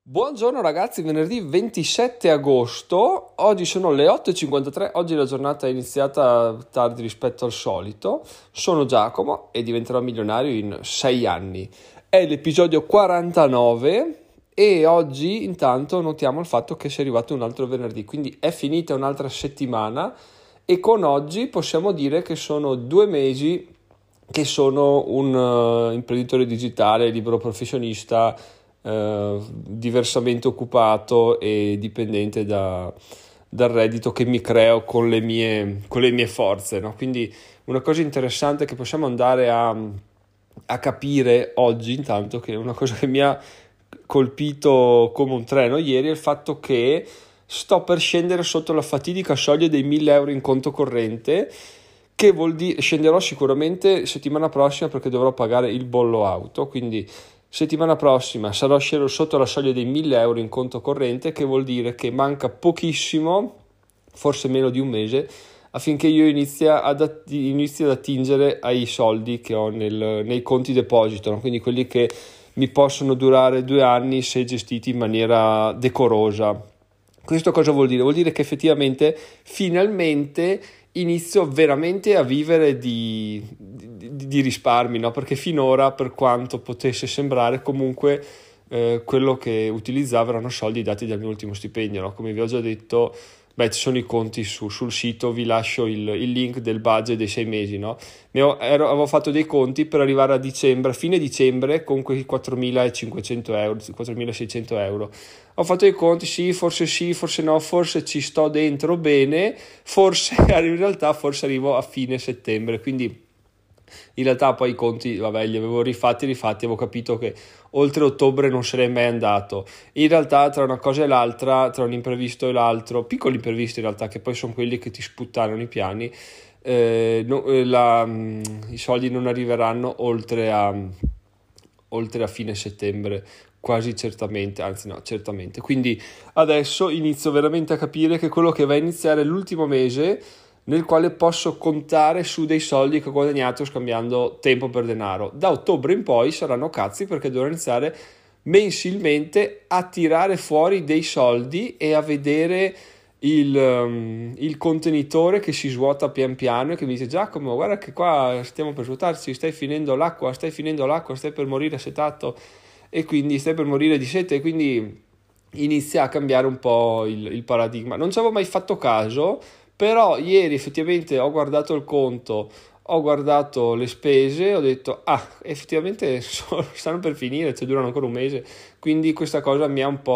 Buongiorno ragazzi, venerdì 27 agosto, oggi sono le 8:53, oggi la giornata è iniziata tardi rispetto al solito, sono Giacomo e diventerò milionario in 6 anni, è l'episodio 49 e oggi intanto notiamo il fatto che sia arrivato un altro venerdì, quindi è finita un'altra settimana e con oggi possiamo dire che sono 2 mesi che sono un imprenditore digitale, libero professionista, diversamente occupato e dipendente dal reddito che mi creo con le mie forze, no? Quindi una cosa interessante che possiamo andare a capire oggi, intanto, che è una cosa che mi ha colpito come un treno ieri, è il fatto che sto per scendere sotto la fatidica soglia dei 1.000 euro in conto corrente, che vuol dire scenderò sicuramente settimana prossima perché dovrò pagare il bollo auto, quindi settimana prossima sarò sceso sotto la soglia dei 1.000 euro in conto corrente, che vuol dire che manca pochissimo, forse meno di un mese, affinché io inizi ad attingere ai soldi che ho nei conti deposito, no? Quindi quelli che mi possono durare 2 anni se gestiti in maniera decorosa. Questo cosa vuol dire? Vuol dire che effettivamente finalmente inizio veramente a vivere di risparmi, no? Perché finora, per quanto potesse sembrare, comunque quello che utilizzavo erano soldi dati dal mio ultimo stipendio, no? Come vi ho già detto, ci sono i conti sul sito, vi lascio il link del budget dei 6 mesi, no? Avevo fatto dei conti per arrivare a dicembre, a fine dicembre, con quei 4.500 euro, 4.600 euro. Ho fatto i conti, sì, forse no, forse ci sto dentro bene, forse in realtà forse arrivo a fine settembre, quindi in realtà poi i conti, vabbè, li avevo rifatti, avevo capito che oltre ottobre non sarei mai andato. In realtà tra una cosa e l'altra, tra un imprevisto e l'altro, piccoli imprevisti in realtà, che poi sono quelli che ti sputtanano i piani, i soldi non arriveranno oltre a fine settembre, quasi certamente, anzi no, certamente. Quindi adesso inizio veramente a capire che quello che va a iniziare è l'ultimo mese nel quale posso contare su dei soldi che ho guadagnato scambiando tempo per denaro. Da ottobre in poi saranno cazzi, perché dovrò iniziare mensilmente a tirare fuori dei soldi e a vedere il contenitore che si svuota pian piano e che mi dice: Giacomo, guarda che qua stiamo per svuotarci, stai finendo l'acqua, stai per morire assetato e quindi stai per morire di sete, e quindi inizia a cambiare un po' il paradigma. Non ci avevo mai fatto caso, però ieri effettivamente ho guardato il conto, ho guardato le spese, ho detto effettivamente stanno per finire, cioè durano ancora un mese, quindi questa cosa mi ha un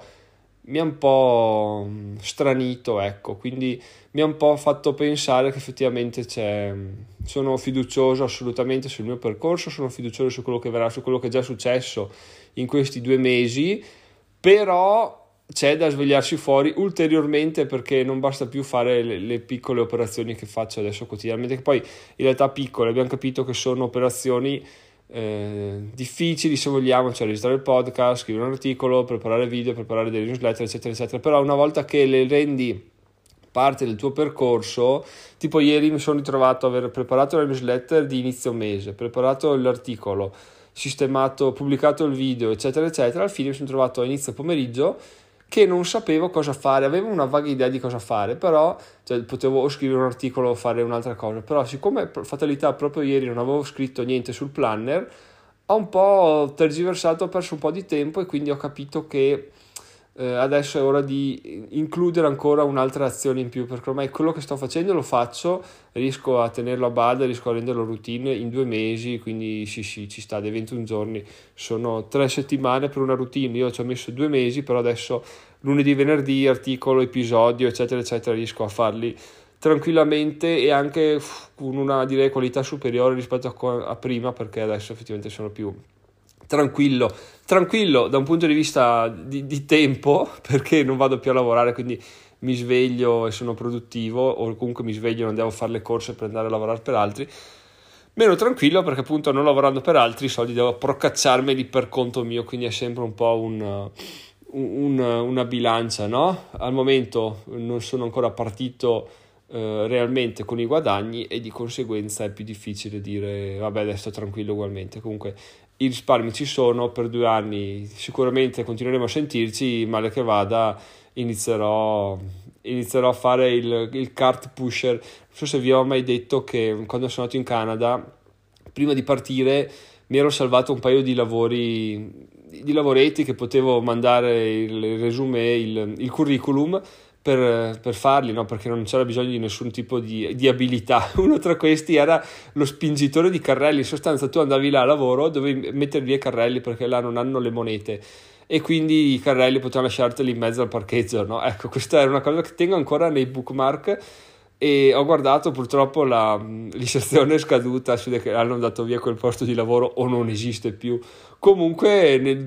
po' stranito, ecco, quindi mi ha un po' fatto pensare che effettivamente sono fiducioso assolutamente sul mio percorso, sono fiducioso su quello che verrà, su quello che è già successo in questi 2 mesi, però c'è da svegliarsi fuori ulteriormente, perché non basta più fare le piccole operazioni che faccio adesso quotidianamente, che poi in realtà piccole, abbiamo capito che sono operazioni difficili, se vogliamo, cioè registrare il podcast, scrivere un articolo, preparare video, preparare delle newsletter, eccetera eccetera. Però una volta che le rendi parte del tuo percorso, tipo ieri mi sono ritrovato a aver preparato la newsletter di inizio mese, preparato l'articolo, sistemato, pubblicato il video, eccetera eccetera. Alla fine mi sono trovato a inizio pomeriggio che non sapevo cosa fare, avevo una vaga idea di cosa fare, però potevo o scrivere un articolo o fare un'altra cosa, però siccome per fatalità proprio ieri non avevo scritto niente sul planner, ho un po' tergiversato, ho perso un po' di tempo e quindi ho capito che adesso è ora di includere ancora un'altra azione in più, perché ormai quello che sto facendo lo faccio, riesco a tenerlo a bada, riesco a renderlo routine in 2 mesi, quindi sì, ci sta, dei 21 giorni, sono 3 settimane per una routine, io ci ho messo 2 mesi, però adesso lunedì, venerdì, articolo, episodio, eccetera, eccetera, riesco a farli tranquillamente e anche con una, direi, qualità superiore rispetto a prima, perché adesso effettivamente sono più tranquillo da un punto di vista di tempo, perché non vado più a lavorare, quindi mi sveglio e sono produttivo, o comunque mi sveglio e non devo fare le corse per andare a lavorare per altri. Meno tranquillo perché appunto non lavorando per altri i soldi devo procacciarmeli per conto mio, quindi è sempre un po' una bilancia, no? Al momento non sono ancora partito realmente con i guadagni e di conseguenza è più difficile dire vabbè adesso sto tranquillo ugualmente. Comunque i risparmi ci sono per 2 anni, sicuramente continueremo a sentirci, male che vada inizierò a fare il kart pusher. Non so se vi ho mai detto che quando sono andato in Canada, prima di partire mi ero salvato un paio di lavoretti che potevo mandare il resume, il curriculum per farli, no? Perché non c'era bisogno di nessun tipo di abilità. Uno tra questi era lo spingitore di carrelli. In sostanza tu andavi là a lavoro, dovevi mettere via i carrelli perché là non hanno le monete e quindi i carrelli potevano lasciarteli in mezzo al parcheggio, no? Ecco, questa è una cosa che tengo ancora nei bookmark. E ho guardato, purtroppo l'iscrizione è scaduta, si vede che hanno dato via quel posto di lavoro o non esiste più. Comunque nel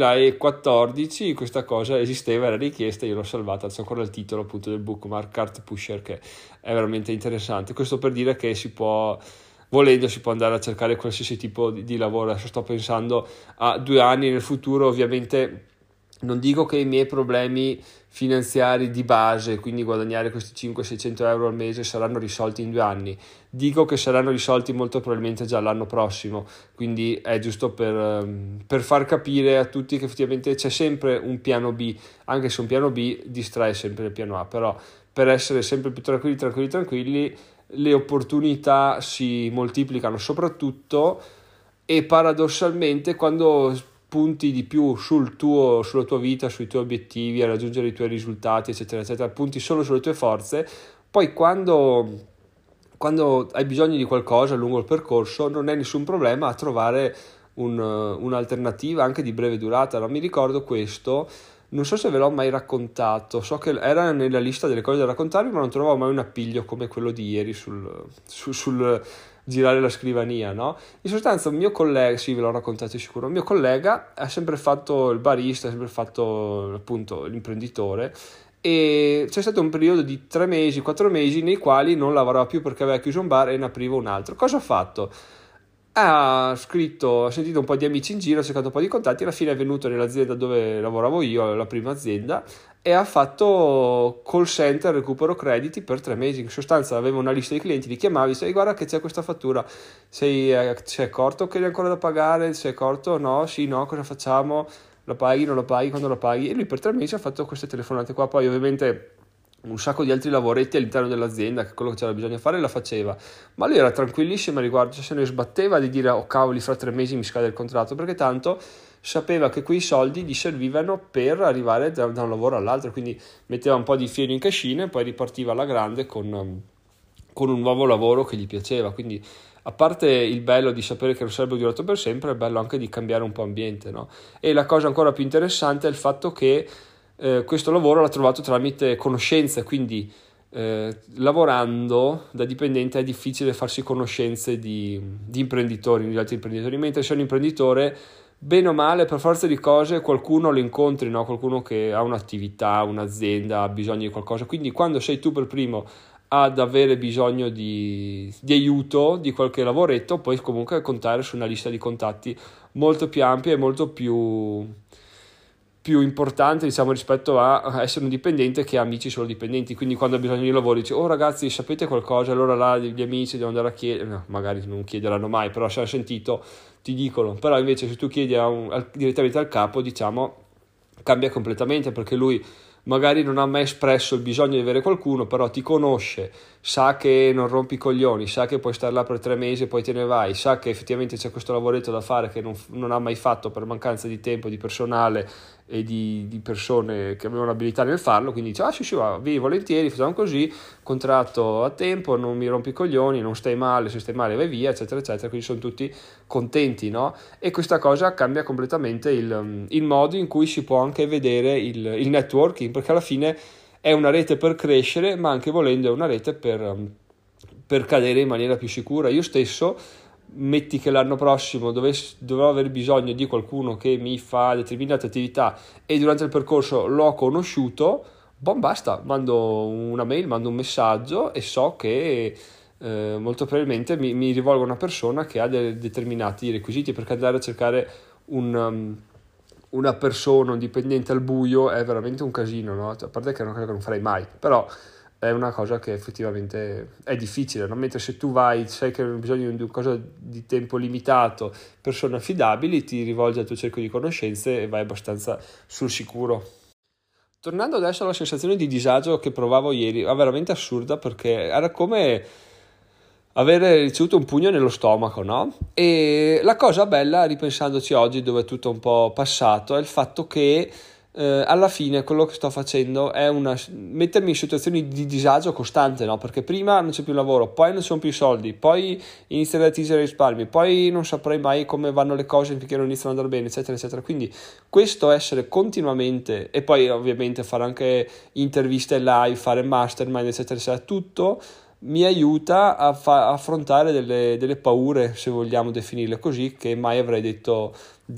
2014 questa cosa esisteva, era richiesta, io l'ho salvata, c'è ancora il titolo appunto del bookmark Kart Pusher, che è veramente interessante. Questo per dire che volendo si può andare a cercare qualsiasi tipo di lavoro. Adesso sto pensando a 2 anni nel futuro, ovviamente non dico che i miei problemi finanziari di base, quindi guadagnare questi 500-600 euro al mese, saranno risolti in 2 anni. Dico che saranno risolti molto probabilmente già l'anno prossimo, quindi è giusto per far capire a tutti che effettivamente c'è sempre un piano B, anche se un piano B distrae sempre il piano A, però per essere sempre più tranquilli, le opportunità si moltiplicano soprattutto, e paradossalmente quando punti di più sulla tua vita, sui tuoi obiettivi, a raggiungere i tuoi risultati, eccetera, eccetera, punti solo sulle tue forze, poi quando hai bisogno di qualcosa lungo il percorso non è nessun problema a trovare un'alternativa anche di breve durata. Non mi ricordo questo, non so se ve l'ho mai raccontato, so che era nella lista delle cose da raccontarvi, ma non trovavo mai un appiglio come quello di ieri sul girare la scrivania, no? In sostanza un mio collega, sì ve l'ho raccontato sicuro, un mio collega ha sempre fatto il barista, ha sempre fatto appunto l'imprenditore, e c'è stato un periodo di 3 mesi, 4 mesi nei quali non lavorava più perché aveva chiuso un bar e ne apriva un altro. Cosa ha fatto? Ha sentito un po' di amici in giro, ha cercato un po' di contatti, alla fine è venuto nell'azienda dove lavoravo io, la prima azienda, e ha fatto call center, recupero crediti per 3 mesi. In sostanza aveva una lista di clienti, li chiamavi, sai guarda che c'è questa fattura, sei accorto che è ancora da pagare, sei accorto? No, sì, no, cosa facciamo? La paghi, non la paghi, quando la paghi? E lui per 3 mesi ha fatto queste telefonate qua. Poi ovviamente un sacco di altri lavoretti all'interno dell'azienda, che quello che c'era bisogno di fare la faceva, ma lui era tranquillissima riguardo, cioè se ne sbatteva di dire oh cavoli fra 3 mesi mi scade il contratto, perché tanto sapeva che quei soldi gli servivano per arrivare da un lavoro all'altro, quindi metteva un po' di fieno in cascina e poi ripartiva alla grande con un nuovo lavoro che gli piaceva. Quindi a parte il bello di sapere che non sarebbe durato per sempre, è bello anche di cambiare un po' ambiente, no? E la cosa ancora più interessante è il fatto che questo lavoro l'ha trovato tramite conoscenze, quindi lavorando da dipendente è difficile farsi conoscenze di imprenditori, di altri imprenditori, mentre sei un imprenditore, bene o male, per forza di cose qualcuno lo incontri, no? Qualcuno che ha un'attività, un'azienda, ha bisogno di qualcosa, quindi quando sei tu per primo ad avere bisogno di aiuto, di qualche lavoretto, puoi comunque contare su una lista di contatti molto più ampia e molto più importante, diciamo, rispetto a essere un dipendente che ha amici solo dipendenti. Quindi quando ha bisogno di lavoro dice oh ragazzi sapete qualcosa, allora là gli amici devono andare a chiedere, no, magari non chiederanno mai, però se hanno sentito ti dicono. Però invece se tu chiedi direttamente al capo, diciamo, cambia completamente, perché lui magari non ha mai espresso il bisogno di avere qualcuno, però ti conosce, sa che non rompi i coglioni, sa che puoi stare là per 3 mesi e poi te ne vai, sa che effettivamente c'è questo lavoretto da fare che non ha mai fatto per mancanza di tempo, di personale e di persone che avevano abilità nel farlo, quindi dice ah sì va, vi volentieri, facciamo così, contratto a tempo, non mi rompi i coglioni, non stai male, se stai male vai via, eccetera eccetera, quindi sono tutti contenti, no? E questa cosa cambia completamente il modo in cui si può anche vedere il networking, perché alla fine è una rete per crescere, ma anche volendo è una rete per cadere in maniera più sicura. Io stesso, metti che l'anno prossimo dovrò aver bisogno di qualcuno che mi fa determinate attività e durante il percorso l'ho conosciuto, basta, mando una mail, mando un messaggio e so che molto probabilmente mi rivolgo a una persona che ha determinati requisiti, perché andare a cercare una persona, un dipendente al buio è veramente un casino, no? A parte che è una cosa che non farei mai, però è una cosa che effettivamente è difficile, no? Mentre se tu vai, sai che hai bisogno di una cosa di tempo limitato, persone affidabili, ti rivolgi al tuo cerchio di conoscenze e vai abbastanza sul sicuro. Tornando adesso alla sensazione di disagio che provavo ieri, è veramente assurda perché era come avere ricevuto un pugno nello stomaco, no? E la cosa bella, ripensandoci oggi, dove è tutto un po' passato, è il fatto che alla fine quello che sto facendo è mettermi in situazioni di disagio costante, no? Perché prima non c'è più lavoro, poi non ci sono più i soldi, poi inizierei a tigere i risparmi, poi non saprei mai come vanno le cose finché non iniziano ad andare bene, eccetera, eccetera. Quindi questo essere continuamente, e poi ovviamente fare anche interviste live, fare mastermind, eccetera, eccetera, tutto mi aiuta a affrontare delle paure, se vogliamo definirle così, che mai avrei detto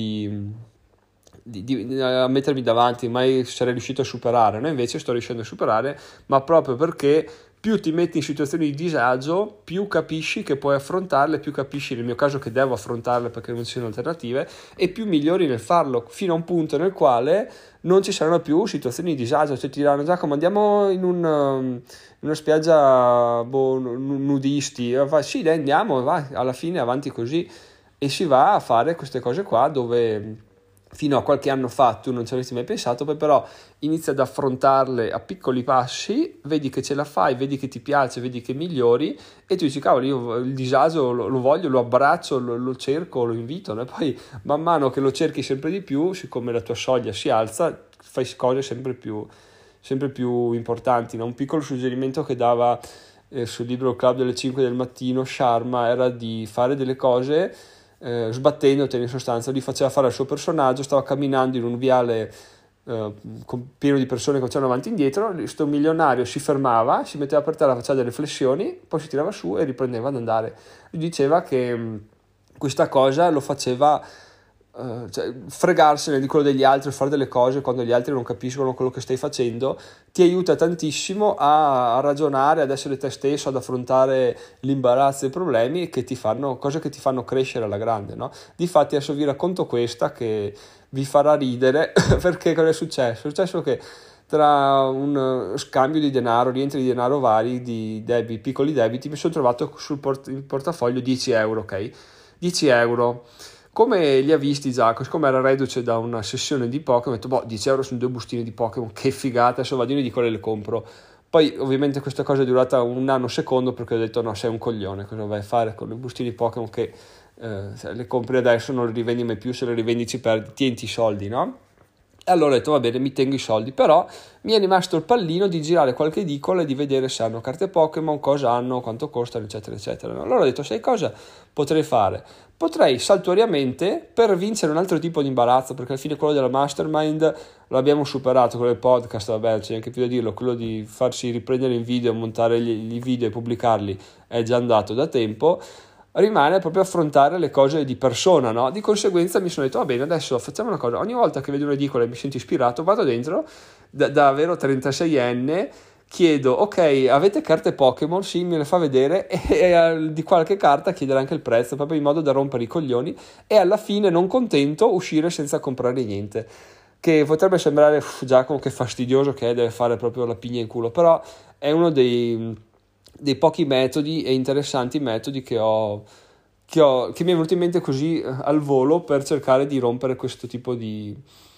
a mettermi davanti, mai sarei riuscito a superare. No, invece sto riuscendo a superare, ma proprio perché più ti metti in situazioni di disagio, più capisci che puoi affrontarle, più capisci nel mio caso che devo affrontarle perché non ci sono alternative, e più migliori nel farlo, fino a un punto nel quale non ci saranno più situazioni di disagio. Cioè ti diranno: Giacomo, andiamo in una spiaggia nudisti, sì dai andiamo, vai, alla fine avanti così, e si va a fare queste cose qua dove fino a qualche anno fa tu non ci avresti mai pensato, poi però inizi ad affrontarle a piccoli passi, vedi che ce la fai, vedi che ti piace, vedi che migliori, e tu dici: cavolo, io il disagio lo voglio, lo abbraccio, lo cerco, lo invito, no? E poi man mano che lo cerchi sempre di più, siccome la tua soglia si alza, fai cose sempre più importanti, no? Un piccolo suggerimento che dava sul libro Club delle 5 del mattino Sharma era di fare delle cose sbattendoti, in sostanza. Lui faceva fare al suo personaggio, stava camminando in un viale pieno di persone che facevano avanti e indietro, questo milionario si fermava, si metteva per terra, faceva delle flessioni, poi si tirava su e riprendeva ad andare. Lui diceva che questa cosa lo faceva cioè, fregarsene di quello degli altri, fare delle cose quando gli altri non capiscono quello che stai facendo, ti aiuta tantissimo a ragionare, ad essere te stesso, ad affrontare l'imbarazzo e i problemi cose che ti fanno crescere alla grande, no? Difatti adesso vi racconto questa che vi farà ridere perché cosa è successo? È successo che tra un scambio di denaro, rientri di denaro vari, di piccoli debiti, mi sono trovato il portafoglio 10 euro, ok? 10 euro. Come li ha visti Giacomo? Siccome era reduce da una sessione di Pokémon, ho detto: 10 euro sono 2 bustine di Pokémon, che figata, adesso vado io di quelle le compro. Poi ovviamente questa cosa è durata un nanosecondo, perché ho detto: no, sei un coglione, cosa vai a fare con le bustine di Pokémon che se le compri adesso non le rivendi mai più, se le rivendi ci perdi, tienti i soldi, no? E allora ho detto: va bene, mi tengo i soldi, però mi è rimasto il pallino di girare qualche edicola e di vedere se hanno carte Pokémon, cosa hanno, quanto costano, eccetera, eccetera. Allora ho detto: sai cosa potrei fare? Potrei saltuariamente, per vincere un altro tipo di imbarazzo, perché alla fine quello della mastermind l'abbiamo superato, quello del podcast, vabbè, c'è anche più da dirlo, quello di farsi riprendere in video, montare i video e pubblicarli è già andato da tempo. Rimane proprio affrontare le cose di persona, no? Di conseguenza mi sono detto: va bene, adesso facciamo una cosa, ogni volta che vedo un'edicola e mi sento ispirato, vado dentro, da vero 36enne, chiedo: ok, avete carte Pokémon? Sì, me le fa vedere, e di qualche carta chiedere anche il prezzo, proprio in modo da rompere i coglioni, e alla fine, non contento, uscire senza comprare niente. Che potrebbe sembrare Giacomo che fastidioso che è, deve fare proprio la pigna in culo, però è uno dei pochi metodi e interessanti metodi che mi è venuto in mente così al volo, per cercare di rompere questo tipo di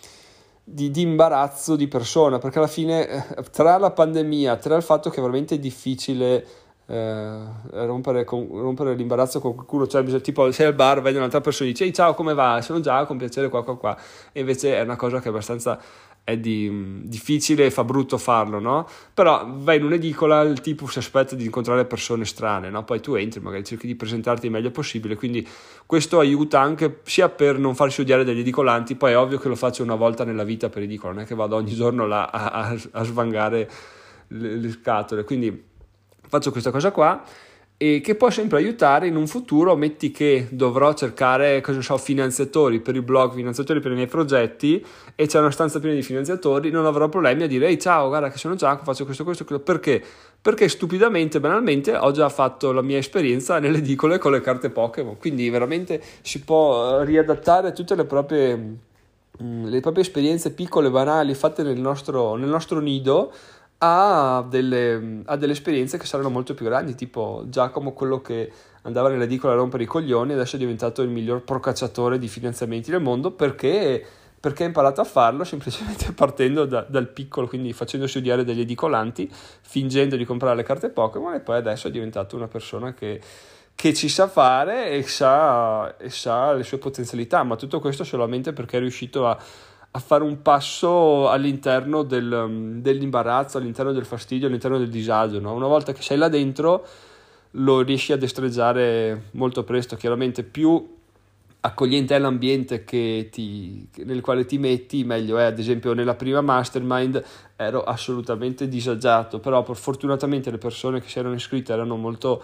imbarazzo di persona, perché alla fine tra la pandemia, tra il fatto che è veramente difficile rompere l'imbarazzo con qualcuno, cioè tipo sei al bar, vedi un'altra persona e dici: ehi, ciao, come va? Sono già con piacere qua, e invece è una cosa che è abbastanza difficile e fa brutto farlo, no? Però vai in un'edicola, il tipo si aspetta di incontrare persone strane, no? Poi tu entri, magari cerchi di presentarti il meglio possibile, quindi questo aiuta anche sia per non farsi odiare dagli edicolanti. Poi è ovvio che lo faccio una volta nella vita per edicola, non è che vado ogni giorno là a svangare le scatole, quindi faccio questa cosa qua, e che può sempre aiutare in un futuro. Metti che dovrò cercare, cosa so, finanziatori per il blog, finanziatori per i miei progetti, e c'è una stanza piena di finanziatori, non avrò problemi a dire: ehi, ciao, guarda che sono Giacomo, faccio questo, perché? Perché stupidamente, banalmente, ho già fatto la mia esperienza nelle edicole con le carte Pokémon, quindi veramente si può riadattare tutte le proprie esperienze piccole, banali, fatte nel nostro nido, ha delle esperienze che saranno molto più grandi, tipo Giacomo, quello che andava nell'edicola a rompere i coglioni, adesso è diventato il miglior procacciatore di finanziamenti del mondo perché ha imparato a farlo semplicemente partendo dal piccolo, quindi facendosi odiare dagli edicolanti, fingendo di comprare le carte Pokémon, e poi adesso è diventato una persona che ci sa fare e sa le sue potenzialità, ma tutto questo solamente perché è riuscito a fare un passo all'interno dell'imbarazzo, all'interno del fastidio, all'interno del disagio, no? Una volta che sei là dentro lo riesci a destreggiare molto presto. Chiaramente più accogliente è l'ambiente nel quale ti metti, meglio è. Ad esempio nella prima mastermind ero assolutamente disagiato, però fortunatamente le persone che si erano iscritte erano molto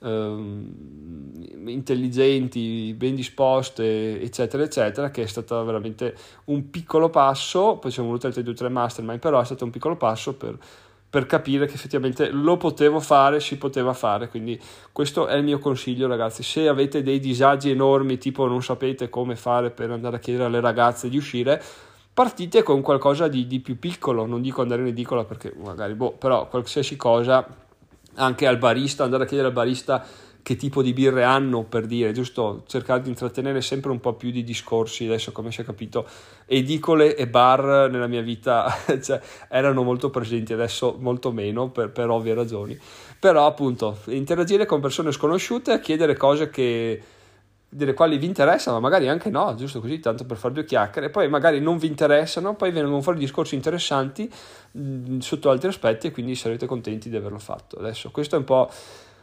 intelligenti, ben disposte, eccetera eccetera, che è stato veramente un piccolo passo. Poi sono volute altre 2 o 3 mastermind, però è stato un piccolo passo per capire che effettivamente lo potevo fare, si poteva fare. Quindi questo è il mio consiglio, ragazzi. Se avete dei disagi enormi, tipo non sapete come fare per andare a chiedere alle ragazze di uscire, partite con qualcosa di più piccolo. Non dico andare in edicola perché magari però qualsiasi cosa, anche al barista, andare a chiedere al barista che tipo di birre hanno, per dire, giusto cercare di intrattenere sempre un po' più di discorsi. Adesso, come si è capito, edicole e bar nella mia vita cioè, erano molto presenti, adesso molto meno per ovvie ragioni, però appunto interagire con persone sconosciute, chiedere cose delle quali vi interessano, ma magari anche no, giusto così, tanto per fare 2 chiacchiere, poi magari non vi interessano, poi vengono fuori discorsi interessanti sotto altri aspetti, e quindi sarete contenti di averlo fatto. Adesso questo è un po'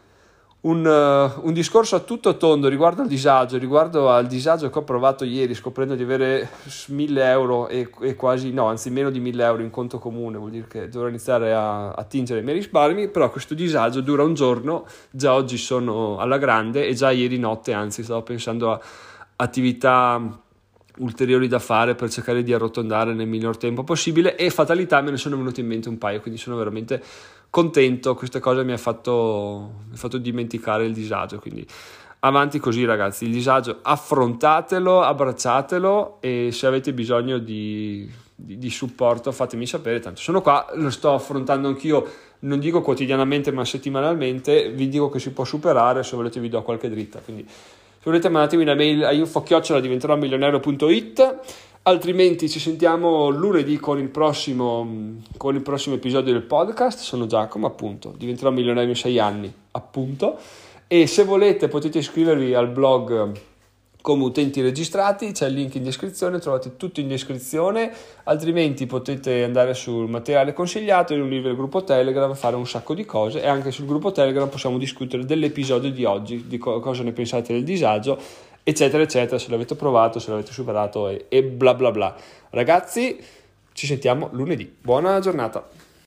un discorso a tutto tondo riguardo al disagio che ho provato ieri, scoprendo di avere 1.000 euro e quasi, no, anzi meno di 1.000 euro in conto comune. Vuol dire che dovrò iniziare a tingere i miei risparmi, però questo disagio dura un giorno. Già oggi sono alla grande e già ieri notte, anzi, stavo pensando a attività ulteriori da fare per cercare di arrotondare nel miglior tempo possibile, e fatalità me ne sono venute in mente un paio, quindi sono veramente contento. Questa cosa mi ha fatto dimenticare il disagio, quindi avanti così, ragazzi. Il disagio affrontatelo, abbracciatelo, e se avete bisogno di supporto fatemi sapere, tanto sono qua, lo sto affrontando anch'io, non dico quotidianamente ma settimanalmente. Vi dico che si può superare, se volete vi do qualche dritta, quindi se volete mandatemi una mail a info@diventeromilionario.it, altrimenti ci sentiamo lunedì con il prossimo episodio del podcast. Sono Giacomo, appunto, diventerò milionario in 6 anni, appunto, e se volete potete iscrivervi al blog come utenti registrati, c'è il link in descrizione, trovate tutto in descrizione. Altrimenti potete andare sul materiale consigliato e unirvi al gruppo Telegram, fare un sacco di cose, e anche sul gruppo Telegram possiamo discutere dell'episodio di oggi, di cosa ne pensate del disagio, eccetera eccetera, se l'avete provato, se l'avete superato e bla bla bla. Ragazzi, ci sentiamo lunedì, buona giornata.